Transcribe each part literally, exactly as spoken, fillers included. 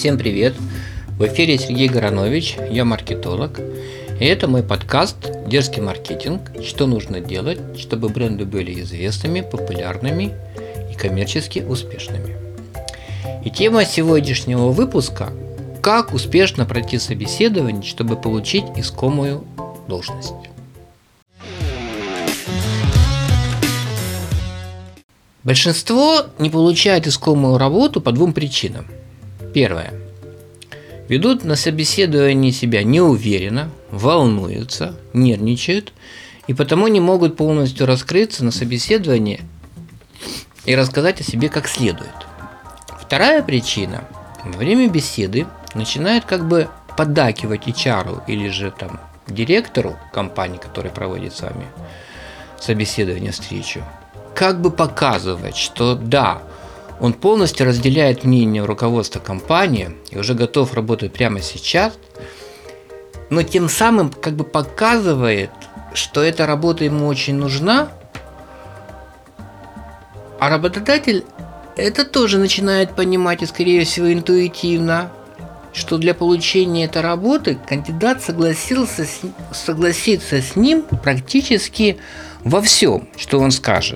Всем привет! В эфире Сергей Горанович, я маркетолог, и это мой подкаст «Дерзкий маркетинг. Что нужно делать, чтобы бренды были известными, популярными и коммерчески успешными». И тема сегодняшнего выпуска – как успешно пройти собеседование, чтобы получить искомую должность. Большинство не получает искомую работу по двум причинам. Первое. Ведут на собеседовании себя неуверенно, волнуются, нервничают и потому не могут полностью раскрыться на собеседовании и рассказать о себе как следует. Вторая причина. Во время беседы начинают как бы поддакивать эйч ар или же там директору компании, который проводит с вами собеседование, встречу, как бы показывать, что да, он полностью разделяет мнение руководства компании и уже готов работать прямо сейчас, но тем самым как бы показывает, что эта работа ему очень нужна, а работодатель это тоже начинает понимать и, скорее всего, интуитивно, что для получения этой работы кандидат согласился с, согласится с ним практически во всем, что он скажет.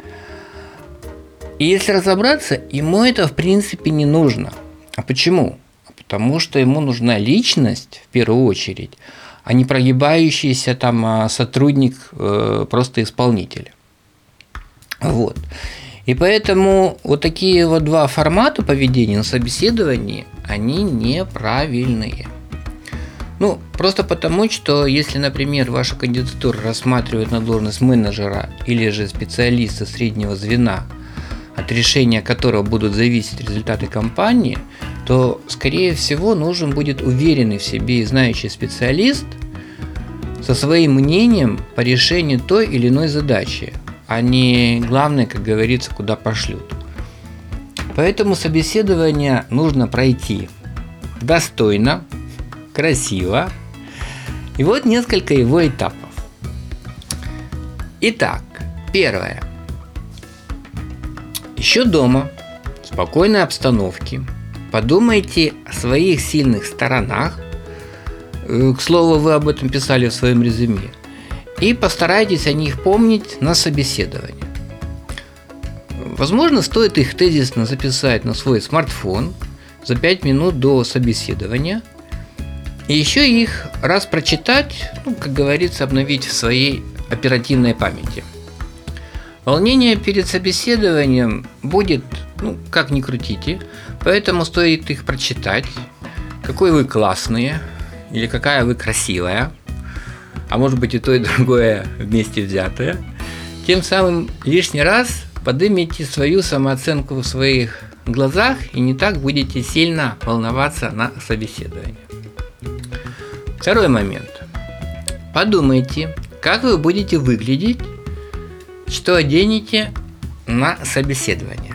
И если разобраться, ему это в принципе не нужно. А почему? Потому что ему нужна личность в первую очередь, а не прогибающийся там сотрудник, э, просто исполнителя. Вот. И поэтому вот такие вот два формата поведения на собеседовании, они неправильные. Ну, просто потому, что если, например, вашу кандидатуру рассматривают на должность менеджера или же специалиста среднего звена, от решения которого будут зависеть результаты компании, то, скорее всего, нужен будет уверенный в себе и знающий специалист со своим мнением по решению той или иной задачи, а не главное, как говорится, куда пошлют. Поэтому собеседование нужно пройти достойно, красиво. И вот несколько его этапов. Итак, первое. Еще дома, в спокойной обстановке, подумайте о своих сильных сторонах. К слову, вы об этом писали в своем резюме. И постарайтесь о них помнить на собеседовании. Возможно, стоит их тезисно записать на свой смартфон за пять минут до собеседования. И еще их раз прочитать, ну, как говорится, обновить в своей оперативной памяти. Волнение перед собеседованием будет, ну, как ни крутите, поэтому стоит их прочитать, какой вы классные или какая вы красивая, а может быть и то, и другое вместе взятое. Тем самым лишний раз поднимите свою самооценку в своих глазах и не так будете сильно волноваться на собеседовании. Второй момент. Подумайте, как вы будете выглядеть, что оденете на собеседование.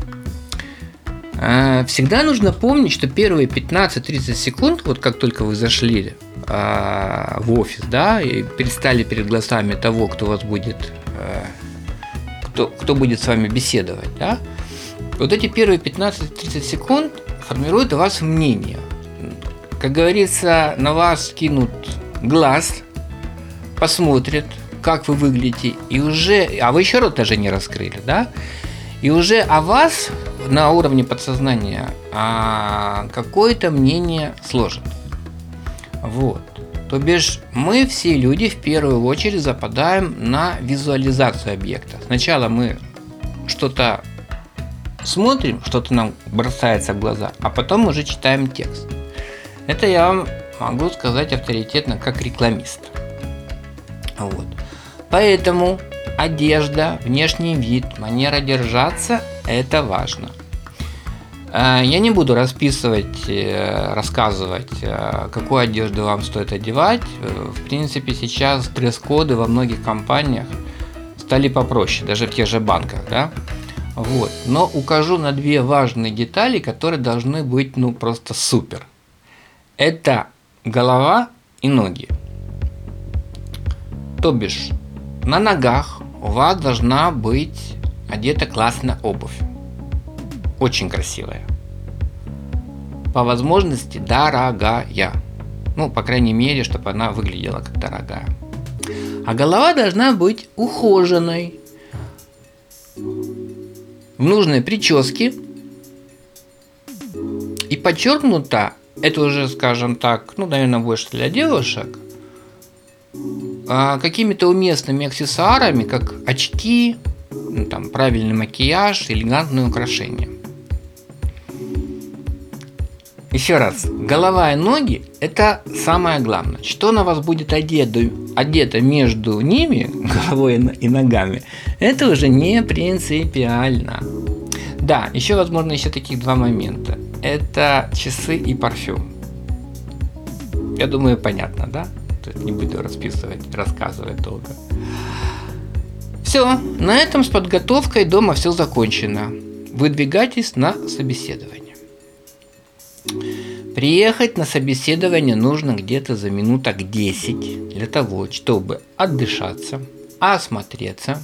Всегда нужно помнить, что первые пятнадцать-тридцать секунд, вот как только вы зашли в офис, да, и предстали перед глазами того, кто вас будет, кто, кто будет с вами беседовать, да, вот эти первые пятнадцать-тридцать секунд формируют у вас мнение. Как говорится, на вас кинут глаз, посмотрят, как вы выглядите, и уже, а вы еще рот даже не раскрыли, да, и уже о вас на уровне подсознания а, какое-то мнение сложат. Вот. То бишь, мы все люди в первую очередь западаем на визуализацию объекта. Сначала мы что-то смотрим, что-то нам бросается в глаза, а потом уже читаем текст. Это я вам могу сказать авторитетно как рекламист. Вот. Поэтому одежда, внешний вид, манера держаться – это важно. Я не буду расписывать, рассказывать, какую одежду вам стоит одевать. В принципе, сейчас дресс-коды во многих компаниях стали попроще, даже в тех же банках, да? Вот. Но укажу на две важные детали, которые должны быть ну просто супер. Это голова и ноги. То бишь, на ногах у вас должна быть одета классная обувь. Очень красивая. по возможности дорогая. Ну, по крайней мере, чтобы она выглядела как дорогая. А голова должна быть ухоженной, в нужной прическе. И подчеркнуто, это уже, скажем так, ну, наверное, больше для девушек, какими-то уместными аксессуарами, как очки, ну, там, правильный макияж, элегантные украшения. Еще раз, голова и ноги – это самое главное. Что на вас будет одето, одето между ними, головой и ногами, это уже не принципиально. Да, еще, возможно, еще таких два момента. Это часы и парфюм. Я думаю, понятно, да? То есть не буду расписывать, рассказывать долго. Все, на этом с подготовкой дома все закончено. Выдвигайтесь на собеседование. Приехать на собеседование нужно где-то за минуток десять для того, чтобы отдышаться, осмотреться,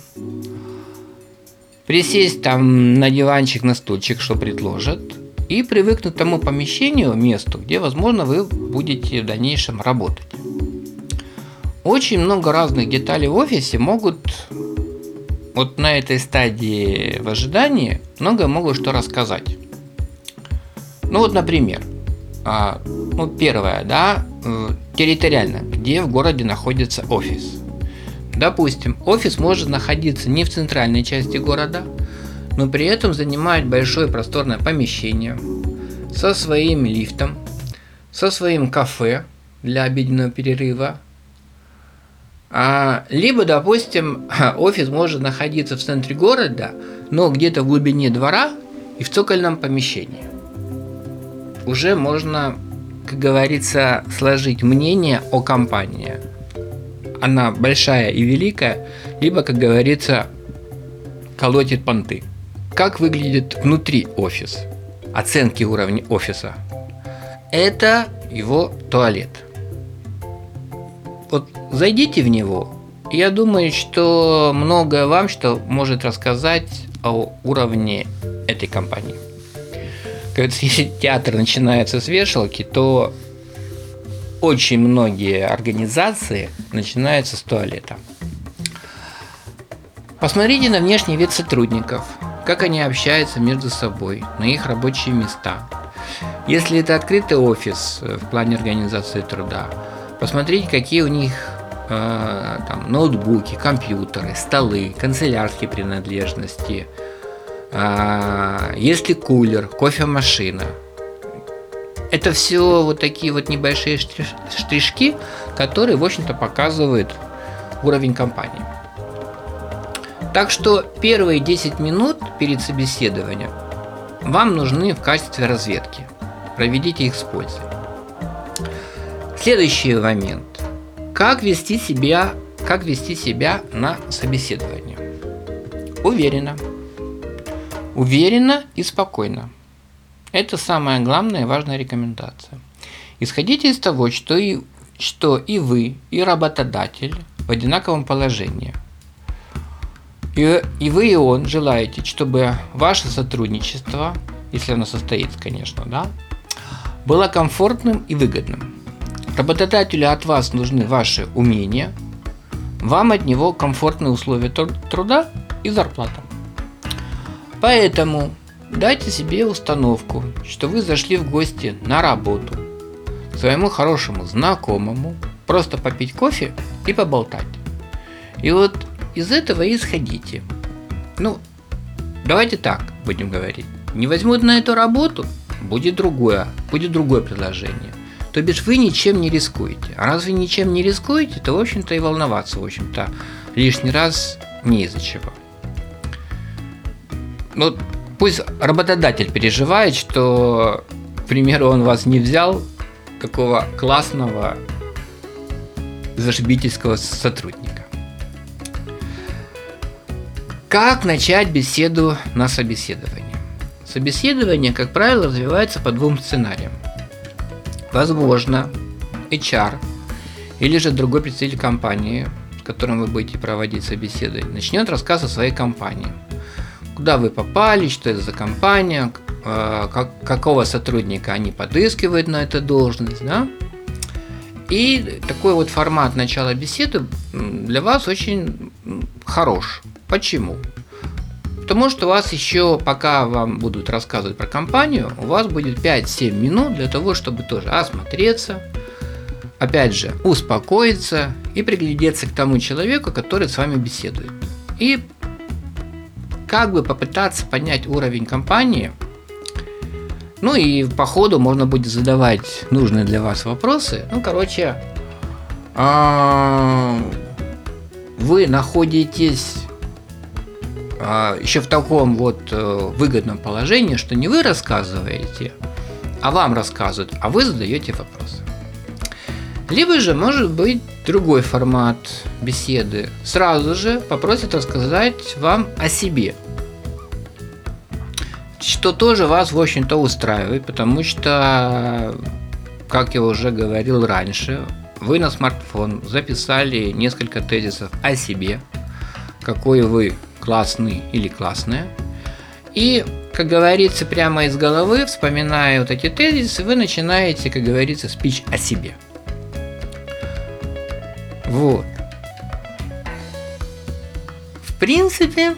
присесть там на диванчик, на стульчик, что предложат, и привыкнуть к тому помещению, месту, где, возможно, вы будете в дальнейшем работать. Очень много разных деталей в офисе могут, вот на этой стадии в ожидании, много могут что рассказать. Ну вот, например, ну, первое, да, территориально, где в городе находится офис. Допустим, офис может находиться не в центральной части города, но при этом занимает большое просторное помещение со своим лифтом, со своим кафе для обеденного перерыва. А, либо, допустим, офис может находиться в центре города, но где-то в глубине двора и в цокольном помещении. Уже можно, как говорится, сложить мнение о компании. Она большая и великая, либо, как говорится, колотит понты. Как выглядит внутри офис? Оценки уровня офиса. Это его туалет. Вот зайдите в него, и я думаю, что многое вам что может рассказать о уровне этой компании. Кажется, если театр начинается с вешалки, то очень многие организации начинаются с туалета. Посмотрите на внешний вид сотрудников, как они общаются между собой, на их рабочие места. Если это открытый офис в плане организации труда, посмотрите, какие у них э, там, ноутбуки, компьютеры, столы, канцелярские принадлежности. А, есть ли кулер, кофемашина. Это все вот такие вот небольшие штришки, которые, в общем-то, показывают уровень компании. Так что первые десять минут перед собеседованием вам нужны в качестве разведки. Проведите их с пользой. Следующий момент. Как вести себя, как вести себя на собеседовании? Уверенно. Уверенно и спокойно. Это самая главная и важная рекомендация. Исходите из того, что и, что и вы, и работодатель в одинаковом положении. И, и вы, и он желаете, чтобы ваше сотрудничество, если оно состоится, конечно, да, было комфортным и выгодным. Работодателю от вас нужны ваши умения, вам от него комфортные условия труда и зарплата. Поэтому дайте себе установку, что вы зашли в гости на работу к своему хорошему знакомому, просто попить кофе и поболтать. И вот из этого и исходите. Ну, давайте так будем говорить. Не возьмут на эту работу, будет другое, будет другое предложение. То бишь вы ничем не рискуете. А раз вы ничем не рискуете, то, в общем-то, и волноваться, в общем-то, лишний раз не из-за чего. Ну, пусть работодатель переживает, что, к примеру, он вас не взял, такого классного зашибительского сотрудника. Как начать беседу на собеседовании? Собеседование, как правило, развивается по двум сценариям. Возможно, эйч ар или же другой представитель компании, с которым вы будете проводить собеседование, начнет рассказ о своей компании. Куда вы попали, что это за компания, как, какого сотрудника они подыскивают на эту должность, да. И такой вот формат начала беседы для вас очень хорош. Почему? Потому что у вас еще, пока вам будут рассказывать про компанию, у вас будет пять-семь минут для того, чтобы тоже осмотреться, опять же, успокоиться и приглядеться к тому человеку, который с вами беседует. И как бы попытаться понять уровень компании. Ну и по ходу можно будет задавать нужные для вас вопросы. Ну, короче, вы находитесь еще в таком вот выгодном положении, что не вы рассказываете, а вам рассказывают, а вы задаете вопросы. Либо же может быть другой формат беседы. Сразу же попросят рассказать вам о себе. Что тоже вас, в общем-то, устраивает, потому что, как я уже говорил раньше, вы на смартфон записали несколько тезисов о себе, какой вы классный или классная. И, как говорится, прямо из головы, вспоминая вот эти тезисы, вы начинаете, как говорится, спич о себе. Вот. В принципе,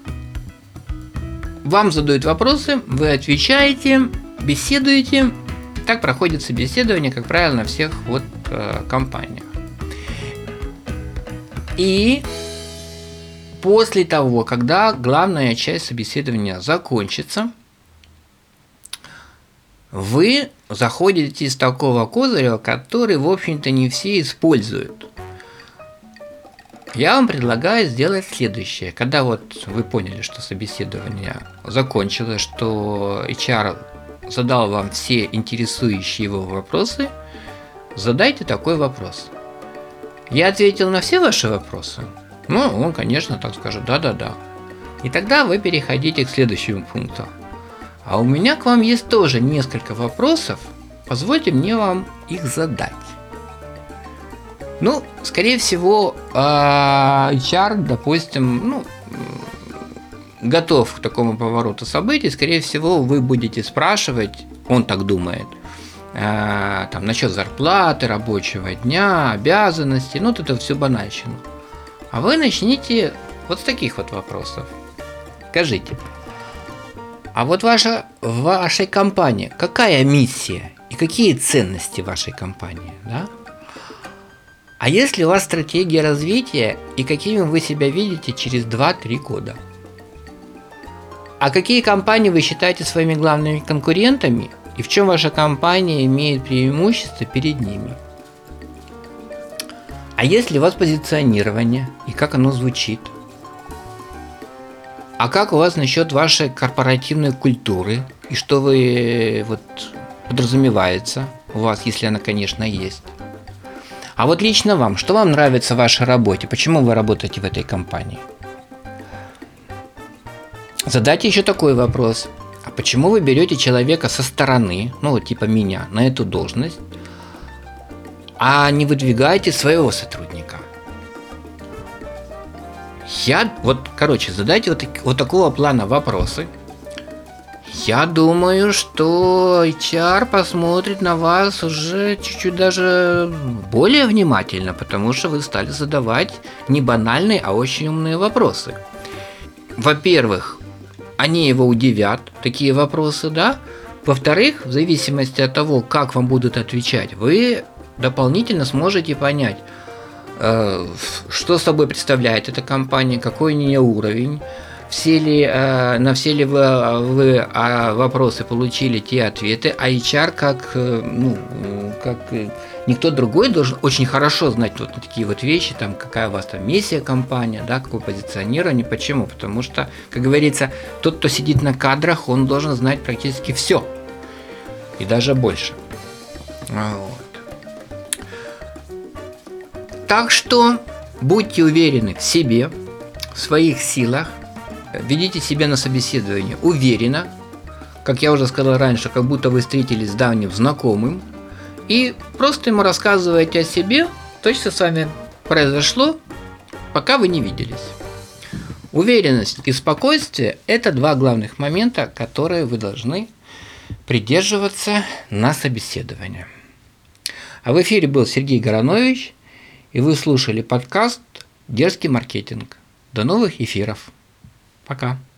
вам задают вопросы, вы отвечаете, беседуете. Так проходит собеседование, как правило, на всех вот э, компаниях. И после того, когда главная часть собеседования закончится, вы заходите из такого козыря, который, в общем-то, не все используют. Я вам предлагаю сделать следующее. Когда вот вы поняли, что собеседование закончилось, что эйч ар задал вам все интересующие его вопросы, задайте такой вопрос. Я ответил на все ваши вопросы? Ну, он, конечно, так скажет, да-да-да. И тогда вы переходите к следующему пункту. А у меня к вам есть тоже несколько вопросов. Позвольте мне вам их задать. Ну, скорее всего, эйч ар, допустим, ну, готов к такому повороту событий. Скорее всего, вы будете спрашивать, он так думает, там, насчет зарплаты, рабочего дня, обязанностей, ну, вот это все банальщина. А вы начните вот с таких вот вопросов. Скажите, а вот ваша, вашей компании какая миссия и какие ценности вашей компании, да? А есть ли у вас стратегия развития и какими вы себя видите через два-три года? А какие компании вы считаете своими главными конкурентами и в чем ваша компания имеет преимущество перед ними? А есть ли у вас позиционирование и как оно звучит? А как у вас насчет вашей корпоративной культуры и что вы вот подразумевается у вас, если она, конечно, есть? А вот лично вам, что вам нравится в вашей работе? Почему вы работаете в этой компании? Задайте еще такой вопрос. А почему вы берете человека со стороны, ну вот типа меня, на эту должность, а не выдвигаете своего сотрудника? Я, вот, короче, задайте вот, вот такого плана вопросы. Я думаю, что эйч ар посмотрит на вас уже чуть-чуть даже более внимательно, потому что вы стали задавать не банальные, а очень умные вопросы. Во-первых, они его удивят, такие вопросы, да? Во-вторых, в зависимости от того, как вам будут отвечать, вы дополнительно сможете понять, что собой представляет эта компания, какой у нее уровень, все ли, на все ли вы, вы вопросы получили те ответы, а эйч ар, как, ну, как никто другой, должен очень хорошо знать вот такие вот вещи, там, какая у вас там миссия компания, да, какое позиционирование. Почему? Потому что, как говорится, тот, кто сидит на кадрах, он должен знать практически все и даже больше. Вот. Так что будьте уверены в себе, в своих силах. Ведите себя на собеседование уверенно, как я уже сказал раньше, как будто вы встретились с давним знакомым, и просто ему рассказывайте о себе, то, что с вами произошло, пока вы не виделись. Уверенность и спокойствие – это два главных момента, которые вы должны придерживаться на собеседовании. А в эфире был Сергей Горанович, и вы слушали подкаст «Дерзкий маркетинг». До новых эфиров. Пока.